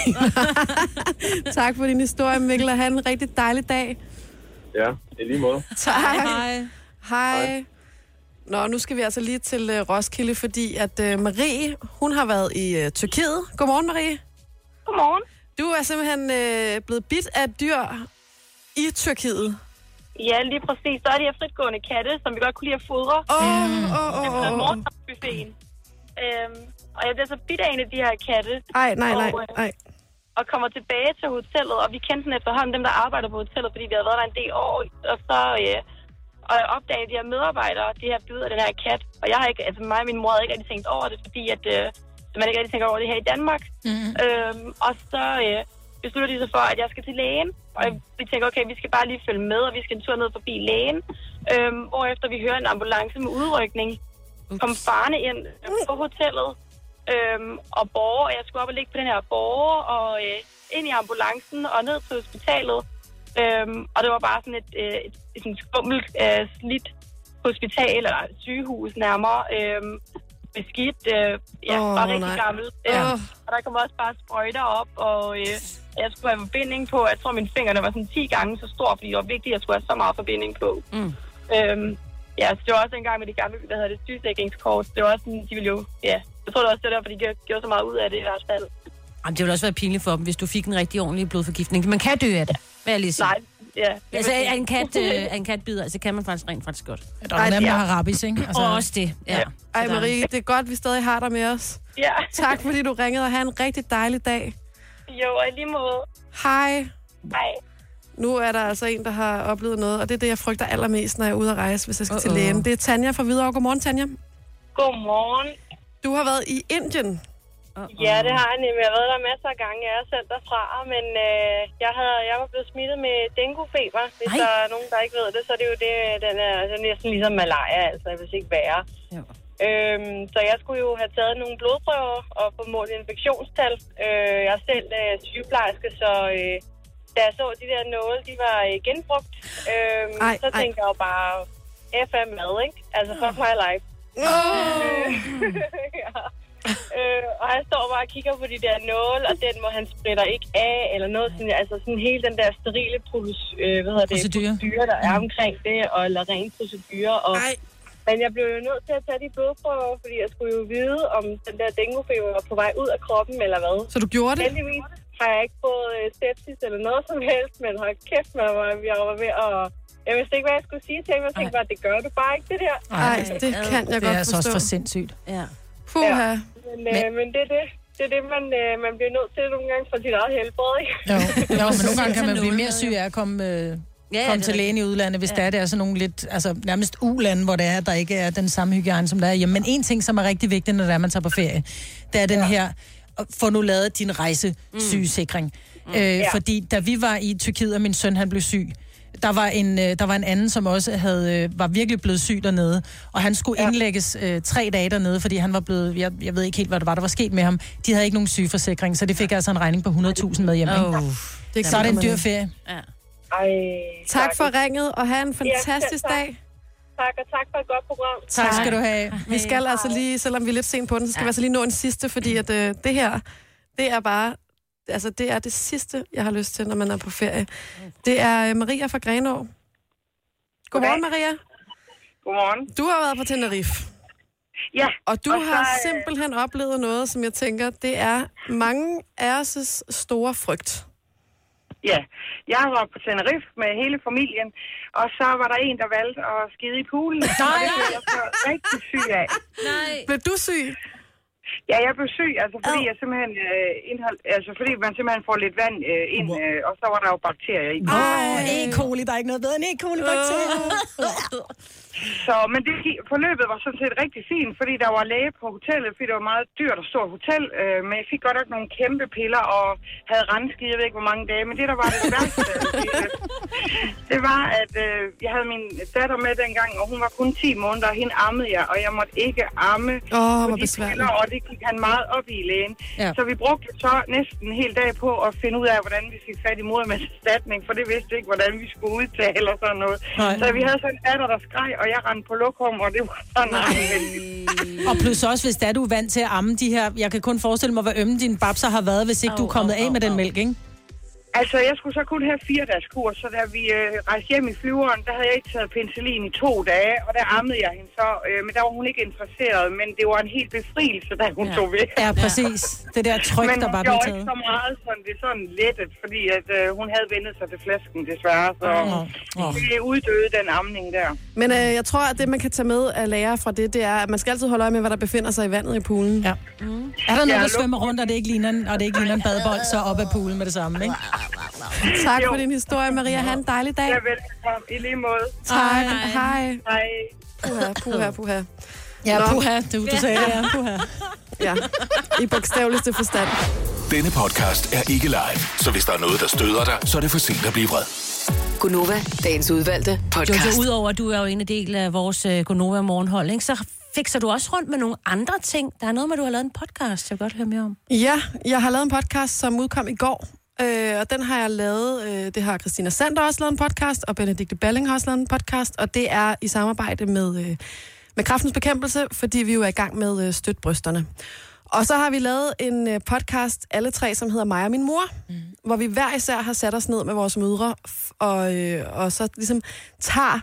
S1: Tak for din historie, Mikkel, og have en rigtig dejlig dag.
S9: Ja, i lige måde.
S1: Tak. Hej. Nå, nu skal vi altså lige til Roskilde, fordi at Marie, hun har været i Tyrkiet. Godmorgen, Marie.
S8: Godmorgen.
S1: Du er simpelthen blevet bidt af et dyr i Tyrkiet.
S8: Ja, lige præcis. Så er de her fritgående katte, som vi godt kunne lide at fodre. Morgenbuffeten. Og jeg blev så bidt af en af de her katte.
S1: Nej.
S8: Og kommer tilbage til hotellet, og vi kendte den efterhånden, dem der arbejder på hotellet, fordi vi havde været der en del år. Og så jeg opdagede de her medarbejdere, de her bid af den her kat. Og jeg har ikke, altså mig og min mor havde ikke rigtig tænkt over det, fordi at man ikke rigtig tænker over det her i Danmark. Og så beslutter de sig for, at jeg skal til lægen. Og vi tænker, okay, vi skal bare lige følge med, og vi skal en tur ned forbi lægen. Hvorefter vi hører en ambulance med udrykning. Kom farne ind på hotellet og borger. Jeg skulle op og ligge på den her borger og ind i ambulancen og ned til hospitalet. Og det var bare sådan et skummelt, slidt hospital, eller sygehus nærmere. Beskidt, var rigtig gammel. Og der kom også bare sprøjter op, og jeg skulle have forbinding på. Jeg tror, mine fingre var sådan 10 gange så stor, fordi det var vigtigt, at jeg skulle have så meget forbinding på. Så det var også en gang med de gamle, sygesikringskort. Det var også sådan, de ville jo, jeg tror det også, det var derfor, de gjorde så meget ud af det i hvert fald.
S3: Jamen, det ville også være pinligt for dem, hvis du fik en rigtig ordentlig blodforgiftning. Man kan dø af det, vil jeg lige sige.
S8: Nej, ja.
S3: Altså, en kat bider, så kan man rent faktisk godt.
S2: Der er nemt at have rabies, ikke?
S3: Altså, og også det, ja.
S1: Ej, Marie, det er godt, vi stadig har dig med os.
S8: Ja.
S1: Tak, fordi du ringede, og have en rigtig dejlig dag.
S8: Jo, og i lige måde.
S1: Hej.
S8: Hej.
S1: Nu er der altså en, der har oplevet noget, og det er det, jeg frygter allermest, når jeg er ude at rejse, hvis jeg skal til lægen. Det er Tanja fra Hvidovre. Godmorgen, Tanja.
S8: Godmorgen.
S1: Du har været i Indien.
S8: Ja, det har jeg nemlig. Jeg har været der masser af gange. Jeg er selv derfra, men jeg var blevet smittet med denguefeber. Hvis der er nogen, der ikke ved det, så er det jo det, den er næsten ligesom malaria, altså hvis ikke værre. Ja. Så jeg skulle jo have taget nogle blodprøver og få målt infektionstal. Jeg er selv sygeplejerske, så da jeg så de der nåle, de var genbrugt. Så tænkte jeg jo bare, FM mad, ikke? Altså, fuck my life. Ja. Og han står bare og kigger på de der nåle, og den må han spritter ikke af, eller noget sådan, altså sådan hele den der sterile procedure, der er omkring det, og eller ren procedure, og men jeg blev jo nødt til at tage de blodprøver, fordi jeg skulle jo vide, om den der denguefeber var på vej ud af kroppen, eller hvad.
S1: Så du gjorde det?
S8: Heldigvis har jeg ikke fået sepsis eller noget som helst, men hold kæft, jeg var ved at... Jeg vidste ikke, hvad jeg skulle sige til ham. Jeg tænkte bare, det gør du bare ikke, det der.
S1: Nej, det kan jeg godt forstå.
S2: Det er altså også for sindssygt.
S3: Ja.
S1: Puha.
S8: Ja. Men det er det. Det er det, man bliver nødt til nogle gange for sit eget helbred, ikke?
S2: Jo, men nogle gange kan man blive mere syg af at komme til lægen i udlandet, hvis det er sådan nogle lidt, altså nærmest ulande, hvor det er, der ikke er den samme hygiejne, som der er hjemme. Men en ting, som er rigtig vigtig, når man tager på ferie, det er den her, få nu lavet din rejsesygesikring. Fordi da vi var i Tyrkiet, og min søn, han blev syg, der var en anden, som også var virkelig blevet syg dernede, og han skulle indlægges 3 dage dernede, fordi han var blevet, jeg ved ikke helt, hvad der var sket med ham. De havde ikke nogen sygeforsikring, så det fik altså en regning på 100.000 med hjem. Så er det en dyr ferie.
S8: Ja.
S1: Tak for ringet, og have en fantastisk dag.
S8: Tak, og tak for et godt program.
S1: Tak skal du have. Vi skal altså lige, selvom vi er lidt sent på den, så skal vi altså lige nå en sidste, fordi at det her, det er bare... Altså, det er det sidste, jeg har lyst til, når man er på ferie. Det er Maria fra Grenaa. Godmorgen, Maria.
S8: Godmorgen.
S1: Du har været på Tenerife.
S8: Ja.
S1: Og du har simpelthen oplevet noget, som jeg tænker, det er mange af os' store frygt.
S10: Ja, jeg var på Tenerife med hele familien, og så var der en, der valgte at skide i poolen.
S1: Nej!
S10: Og det blev jeg så rigtig syg af.
S3: Nej.
S1: Blev du syg?
S10: Ja, jeg blev syg, altså fordi jeg simpelthen fordi man simpelthen får lidt vand ind, og så var der jo bakterier i.
S2: E. coli, der er ikke noget bedre end E. coli-bakterier.
S10: Så, men forløbet var sådan set rigtig fint, fordi der var læge på hotellet, fordi det var meget dyrt og stort hotel, men jeg fik godt nok nogle kæmpe piller og havde randskide, jeg ved ikke hvor mange dage, men det der var det værste, det var, at jeg havde min datter med dengang, og hun var kun 10 måneder, og hende ammede jeg, og jeg måtte ikke amme på de piller, og det gik han meget op i lægen. Ja. Så vi brugte så næsten en hel dag på at finde ud af, hvordan vi fik fat i modermandserstatning, for det vidste ikke, hvordan vi skulle udtale og sådan noget. Nej. Så vi havde sådan en datter, der skreg, og jeg rendte på lokum, og det var sådan noget.
S2: Og plus også, hvis du er vant til at amme de her, jeg kan kun forestille mig, hvor ømme dine babser har været, hvis ikke du er kommet af med den mælk, ikke?
S10: Altså, jeg skulle så kun have 4 dages kurs, så da vi rejste hjem i flyveren, der havde jeg ikke taget penicillin i 2 dage, og der ammede jeg hende så, men der var hun ikke interesseret, men det var en helt befrielse, da hun tog væk.
S2: Ja, præcis. Det der tryk, der bare blev taget.
S10: Men hun gjorde ikke så meget, sådan, det er sådan lettet, fordi at, hun havde vendt sig til flasken, desværre, så det uddøde den amning der.
S1: Men jeg tror, at det, man kan tage med af lære fra det, det er, at man skal altid holde øje med, hvad der befinder sig i vandet i poolen. Ja.
S2: Er der noget, der svømmer rundt, og det ikke ligner en badebold, så op ad poolen med det samme, ikke?
S1: Tak for din historie, Maria. Ha' en dejlig dag.
S10: Ja, velkommen. I lige måde.
S1: Tak. Hej.
S10: Hej.
S1: Puha.
S2: Ja, puha. Du sagde det, ja. Puha.
S1: Ja, i bogstaveligste forstand.
S4: Denne podcast er ikke live, så hvis der er noget, der støder dig, så er det for sent at blive vred.
S5: Gunova, dagens udvalgte podcast.
S3: Jojo, udover at du er jo en del af vores Gunova morgenhold, ikke? Så fikser du også rundt med nogle andre ting. Der er noget med, at du har lavet en podcast, jeg vil godt høre mere om.
S1: Ja, jeg har lavet en podcast, som udkom i går. Og den har jeg lavet, det har Christina Sander også lavet en podcast, og Benedikte Balling har også lavet en podcast, og det er i samarbejde med Kræftens Bekæmpelse, fordi vi jo er i gang med Støt Brysterne. Og så har vi lavet en podcast, alle 3, som hedder Mig og min mor, hvor vi hver især har sat os ned med vores mødre, og så ligesom tager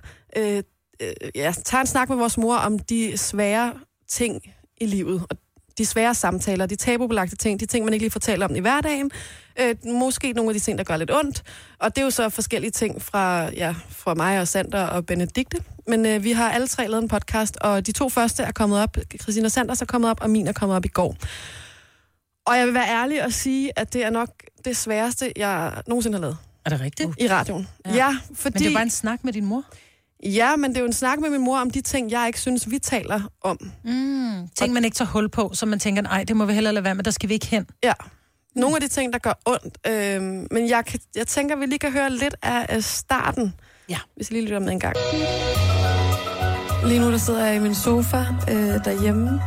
S1: en snak med vores mor om de svære ting i livet, og de svære samtaler, de tabubelagte ting, de ting, man ikke lige får talt om i hverdagen, måske nogle af de ting, der gør lidt ondt, og det er jo så forskellige ting fra mig og Sander og Benedikte, men vi har alle 3 lavet en podcast, og de 2 første er kommet op, Christina Sanders er kommet op, og min er kommet op i går. Og jeg vil være ærlig og sige, at det er nok det sværeste, jeg nogensinde har lavet.
S2: Er det rigtigt?
S1: I radioen. Ja, fordi...
S2: Men det var bare en snak med din mor?
S1: Ja, men det er jo en snak med min mor om de ting, jeg ikke synes, vi taler om.
S2: Ting, man ikke tager hul på, så man tænker, nej, det må vi hellere lade være med, der skal vi ikke hen.
S1: Ja, nogle af de ting, der gør ondt. Men jeg tænker, vi lige kan høre lidt af starten.
S2: Ja.
S1: Hvis jeg lige lytter med en gang. Lige nu, der sidder jeg i min sofa derhjemme.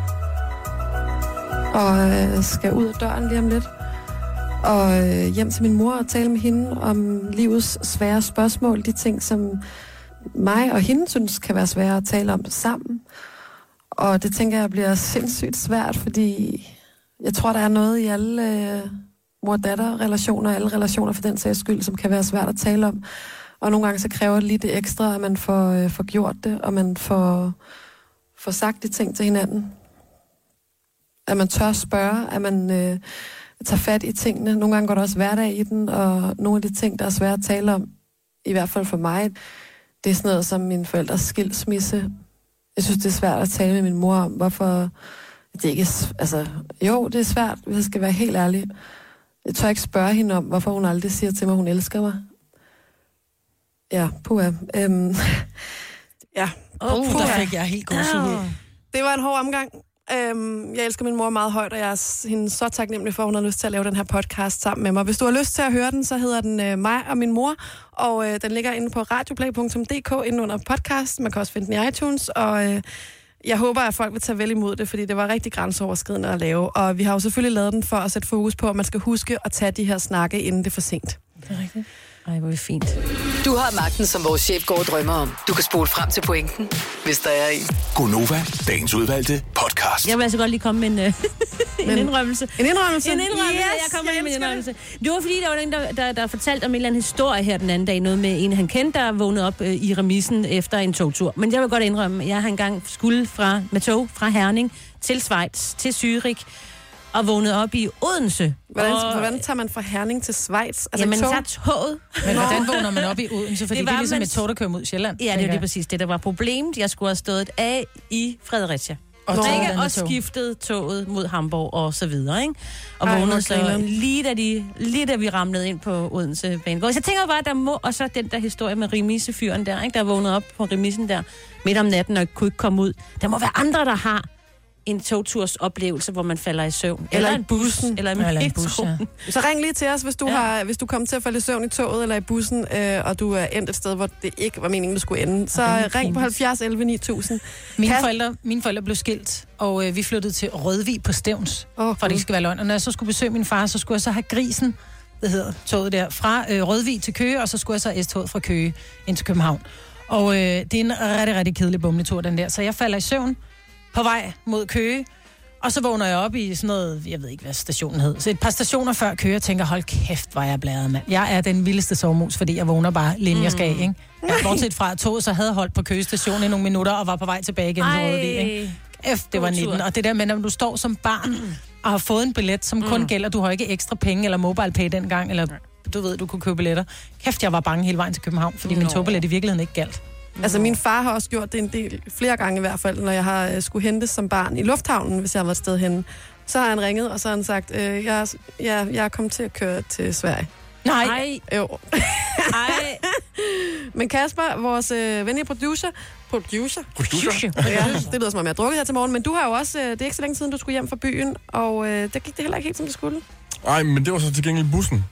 S1: Og skal ud af døren lige om lidt. Og hjem til min mor og tale med hende om livets svære spørgsmål. De ting, som mig og hende synes kan være svære at tale om sammen. Og det tænker jeg bliver sindssygt svært, fordi jeg tror, der er noget i alle mor-datter-relationer, alle relationer for den sags skyld, som kan være svært at tale om. Og nogle gange så kræver det lige det ekstra, at man får gjort det, og man får sagt de ting til hinanden. At man tør spørge, at man tager fat i tingene. Nogle gange går der også hverdag i den, og nogle af de ting, der er svære at tale om, i hvert fald for mig, det er sådan noget som mine forældres skilsmisse. Jeg synes, det er svært at tale med min mor om, hvorfor det ikke er... Altså, jo, det er svært, hvis jeg skal være helt ærlig. Jeg tør ikke spørge hende om, hvorfor hun aldrig siger til mig, hun elsker mig. Ja, puha. Ja.
S2: Der fik jeg helt god suge.
S1: Det var en hård omgang. Jeg elsker min mor meget højt, og jeg er hende så taknemmelig for, at hun har lyst til at lave den her podcast sammen med mig. Hvis du har lyst til at høre den, så hedder den Mig og min mor, og den ligger inde på radioplay.dk inde under podcast. Man kan også finde den i iTunes, og jeg håber, at folk vil tage vel imod det, fordi det var rigtig grænseoverskridende at lave. Og vi har jo selvfølgelig lavet den for at sætte fokus på, at man skal huske at tage de her snakke, inden det er for sent.
S3: Det er rigtigt. Ej, hvor er det fint.
S5: Du har magten, som vores chef går og drømmer om. Du kan spole frem til pointen, hvis der er en.
S4: Gonova, dagens udvalgte podcast.
S3: Jeg vil altså godt lige komme med en indrømmelse.
S1: En indrømmelse?
S3: En indrømmelse, yes, jeg kommer med en indrømmelse. Det var fordi, der var en, der fortalte om en eller anden historie her den anden dag. Noget med en, han kendte, der vågnede op i remisen efter en togtur. Men jeg vil godt indrømme, jeg har engang skulle med tog fra Herning til Schweiz, til Zürich, og vågnede op i Odense.
S1: Hvordan tager man fra Herning til Schweiz? Altså
S3: man tager toget.
S2: Men hvordan vågner man op i Odense? Fordi det er ligesom et tog, der kører mod Sjælland.
S3: Ja, det er lige præcis det, der var problemet. Jeg skulle have stået af i Fredericia. Og skiftet toget mod Hamburg og så videre, ikke? Og vågnede så lige da vi ramlede ind på Odense Banegård. Så jeg tænker bare, at der må, og så den der historie med remisefyren der, ikke? Der vågnede op på remisen der midt om natten og kunne ikke komme ud. Der må være andre, der har en togturs oplevelse, hvor man falder i søvn.
S1: Eller i bussen.
S3: Eller en bus, ja.
S1: Så ring lige til os, hvis du kommer til at falde i søvn i toget eller i bussen, og du er endt et sted, hvor det ikke var meningen, du skulle ende. Så ring på 70 11 9000.
S2: Mine forældre blev skilt, og vi flyttede til Rødvig på Stevns, for det ikke skal være løgn. Og når jeg så skulle besøge min far, så skulle jeg så have grisen, det hedder toget der, fra Rødvig til Køge, og så skulle jeg så S-toget fra Køge ind til København. Og det er en rigtig, rigtig kedelig bumletur, den der. Så jeg falder i søvn på vej mod Køge, og så vågner jeg op i sådan noget, jeg ved ikke, hvad stationen hed. Så et par stationer før Køge, og tænker, hold kæft, hvor jeg bladret, mand. Jeg er den vildeste sovmus, fordi jeg vågner bare linjerskab, ikke? Bortset fra toget, så havde holdt på Køge station i nogle minutter, og var på vej tilbage igen til Rødvig, ikke? Det var 19. Og det der med, når du står som barn, og har fået en billet, som kun gælder, du har ikke ekstra penge, eller MobilePay dengang, eller du ved, du kunne købe billetter. Kæft, jeg var bange hele vejen til København, fordi min togbillet i virkeligheden ikke galt.
S1: Altså, min far har også gjort det en del, flere gange i hvert fald, når jeg har skulle hentes som barn i lufthavnen, hvis jeg har været et sted henne. Så har han ringet, og så har han sagt, jeg er kommet til at køre til Sverige.
S3: Nej.
S1: Jo.
S3: Ej.
S1: Men Kasper, vores venlige producer. Ja, det lyder som om jeg har drukket her til morgen, men du har jo også, det er ikke så længe siden, du skulle hjem fra byen, og der gik det heller ikke helt, som det skulle.
S6: Nej, men det var så til gengæld bussen.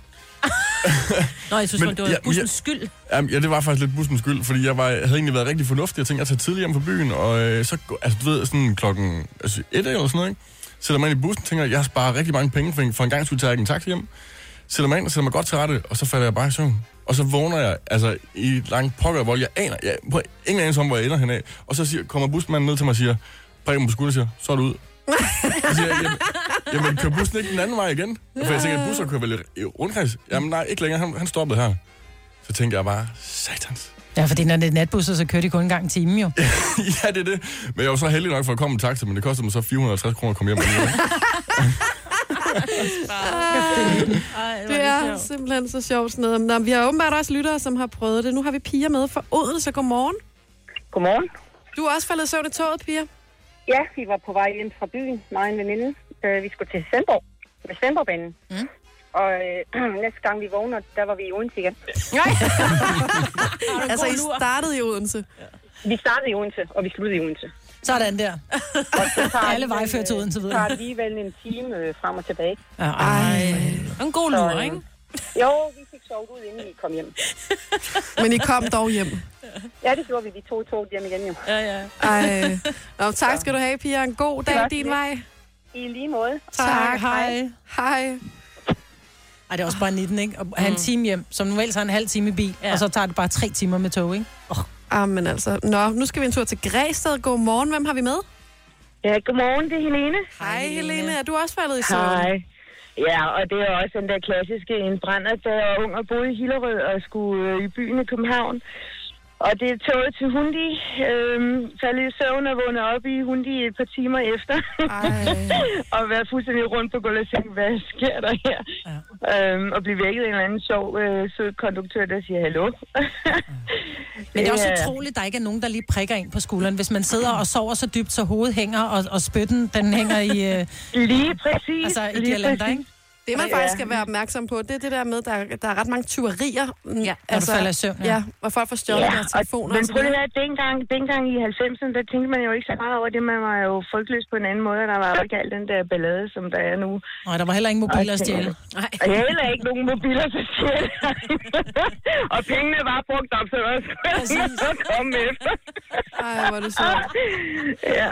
S3: Nå, jeg synes, det var bussens skyld.
S6: Ja, det var faktisk lidt bussens skyld, fordi jeg havde egentlig været rigtig fornuftig. Jeg tænkte, jeg tager tidligere hjem fra byen, og så, altså du ved, sådan klokken 1 eller sådan noget, ikke? Sætter mig ind i bussen, tænker jeg sparer rigtig mange penge, for en gang skulle jeg tage en taxi hjem. Sætter mig ind og sætter mig godt til rette, og så falder jeg bare i søvn. Og så vågner jeg altså i langt pokker, hvor jeg aner, ingen anelse om, hvor jeg ender henad. Og så kommer busmanden ned til mig og siger, prikker mig på skulderen og siger, så er du ud. Og siger, jamen kører bussen ikke den anden vej igen? For jeg tænker, at busser kører vel i rundkreds. Jamen nej, ikke længere, han stoppede her. Så tænkte jeg bare, satans.
S2: Ja, fordi når det er natbusser, så kører de kun en gang i timen jo.
S6: Ja, det er det. Men jeg var så heldig nok for at komme i taxa, men det kostede mig så 450 kroner at komme hjem.
S1: Det er simpelthen så sjovt sådan noget. Nå, vi har åbenbart også lyttere, som har prøvet det. Nu har vi Pia med fra Odense. Godmorgen.
S11: Godmorgen.
S1: Du er også faldet i søvn i toget, Pia?
S11: Ja, vi var på vej hjem fra byen, mig og en veninde. Vi skulle til Svendborg, med Svendborgbanen. Og næste gang vi vågner, der var vi i Odense igen.
S1: Altså, I startede i Odense?
S11: Vi startede i Odense, og vi sluttede i Odense.
S2: Sådan der. Alle veje fører til Odense, ved
S11: jeg. Det tager alligevel en time frem og tilbage.
S3: En god lur, ikke?
S11: Jo, vi fik sovet ud, inden vi kom hjem.
S1: Men I kom dog hjem?
S11: Ja, det gjorde vi. Vi tog toget hjem igen, jo.
S1: Ja. Nå, tak skal du have, Pia. En god dag din vej.
S11: I lige måde.
S2: Tak. Hej.
S1: Hej.
S2: Ej, det er også bare 19, ikke? At have en time hjem, som normalt så en halv time i bil, og så tager det bare 3 timer med tog, ikke?
S1: Men altså. Nå, nu skal vi en tur til Græsted. Godmorgen. Hvem har vi med?
S11: Ja, godmorgen. Det er Helene.
S1: Hej, Helene. Er du også faldet i søvn?
S11: Hej. Ja, og det er også den der klassiske en brænder, da jeg var ung og boede i Hillerød og skulle i byen i København. Og det er toget til Hundi. Faldet i søvn og vågnet op i Hundi et par timer efter. Og været fuldstændig rundt på gulvet og tænkt, hvad sker der her? Og blive vækket af en eller anden sjov sød konduktør, der siger hallo.
S2: Men det er også utroligt, at der ikke er nogen, der lige prikker ind på skulderen. Hvis man sidder og sover så dybt, så hovedet hænger, og spytten, den hænger i...
S11: lige præcis.
S2: Altså i girlander, ikke?
S1: Det, man faktisk skal være opmærksom på, det er det der med, der er ret mange tyverier.
S2: Ja, når du falder i søvn.
S1: Ja, hvor folk får stjålet deres telefoner.
S11: Men prøv at dengang i 90'erne, der tænkte man jo ikke så meget over det. Man var jo frygtløs på en anden måde, og der var jo ikke al den der ballade, som der er nu.
S2: Nej, der var heller ingen mobiler at stjæle.
S11: Og heller ikke nogen mobiler at stjæle. Og pengene var brugt op, så der skulle så komme efter.
S1: Ej, hvor er det så.
S11: Ja.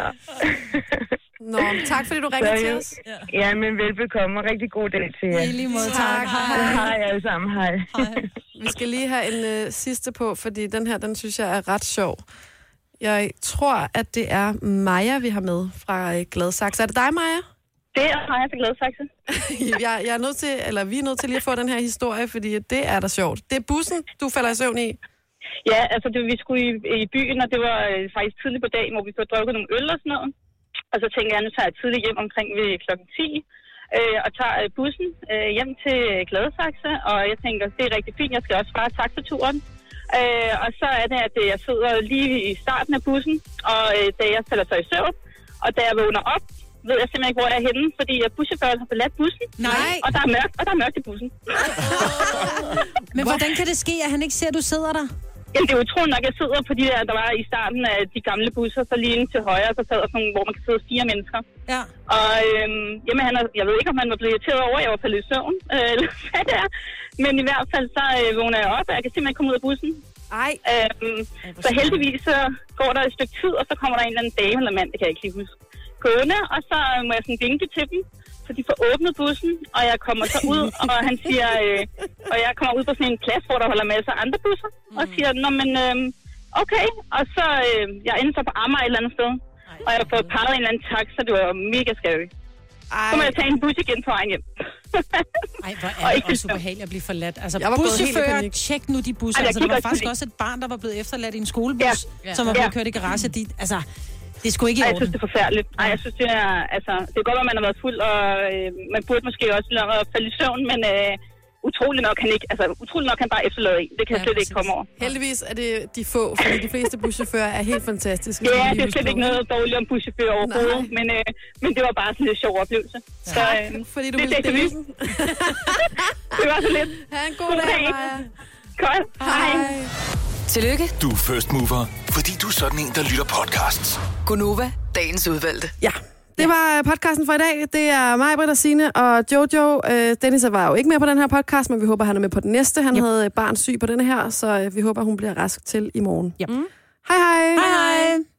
S1: Nå, tak fordi du ringede til os.
S11: Ja, men velbekomme. Rigtig god dag til jer.
S2: I lige måde, tak.
S11: Hej alle sammen. Hej.
S1: Vi skal lige have en sidste på, fordi den her, den synes jeg er ret sjov. Jeg tror, at det er Maja, vi har med fra Gladsaxe. Er det dig, Maja?
S8: Det er Maja fra Gladsaxe.
S1: jeg er nødt til, eller vi er nødt til lige at få den her historie, fordi det er da sjovt. Det er bussen, du falder i søvn i.
S8: Ja, altså vi skulle i byen, og det var faktisk tidligt på dagen, hvor vi fik drukket nogle øl og sådan noget. Og så tænker jeg, nu tager jeg tidligt hjem omkring ved klokken 10, og tager bussen hjem til Gladsaxe, og jeg tænker, det er rigtig fint, jeg skal også spare taxaturen. Og så er det, at jeg sidder lige i starten af bussen, og da jeg falder så i søvn, og da jeg vågner op, ved jeg simpelthen ikke, hvor jeg er henne, fordi buschaufføren har forladt bussen.
S2: Nej.
S8: Og der er mørkt i bussen.
S2: Men hvordan kan det ske, at han ikke ser, at du sidder der?
S8: Jamen, det er utroligt nok, at jeg sidder på de der var i starten af de gamle busser, så lige ind til højre, så sad der sådan, hvor man kan sidde 4 mennesker.
S2: Ja.
S8: Og jamen, jeg ved ikke, om han var blevet irriteret over, at jeg var faldet i søvn, eller hvad det er. Men i hvert fald, så vågner jeg op, og jeg kan simpelthen komme ud af bussen. Så heldigvis så går der et stykke tid, og så kommer der en eller anden dame eller mand, det kan jeg ikke lige huske, gående, og så må jeg sådan vinke til dem. Så de får åbnet bussen, og jeg kommer så ud, og han siger, og jeg kommer ud på sådan en plads, hvor der holder masser af andre busser, og siger, nå men, okay, og så, jeg ender så på Amager et eller andet sted, og jeg har fået parret en eller anden taxa, det var mega scary. Så må jeg tage en bus igen på vejen hjem.
S2: Ej, hvor er det også ubehageligt at blive forladt. Altså, buschauffører, tjek nu de busser. Altså, der var faktisk også et barn, der var blevet efterladt i en skolebus, som var blevet kørt i garage. Altså, det skulle ikke i orden.
S8: Jeg synes, det er forfærdeligt. Ej, jeg synes, det er, altså, det er godt, at man har været fuld, og man burde måske også lade at falde i søvn, men utroligt nok han bare efterlader en. Det kan jeg slet ikke komme over.
S1: Heldigvis er det de få, fordi de fleste buschauffører er helt fantastiske.
S8: Ja, det er slet ikke noget dårligt om buschauffører overhovedet, men det var bare sådan en sjov oplevelse.
S1: Tak, fordi du ville dele den.
S8: Det var så lidt.
S1: Ha' en god dag, Maja.
S8: Godt. Hej.
S5: Tillykke.
S4: Du er first mover, fordi du er sådan en, der lytter podcasts.
S5: Gunova, dagens udvalgte.
S1: Ja. Det var podcasten for i dag. Det er mig, Britta, Signe og Jojo. Dennis var jo ikke med på den her podcast, men vi håber, han er med på den næste. Han havde barn syg på denne her, så vi håber, hun bliver rask til i morgen.
S2: Yep.
S1: Hej hej.
S2: Hej hej.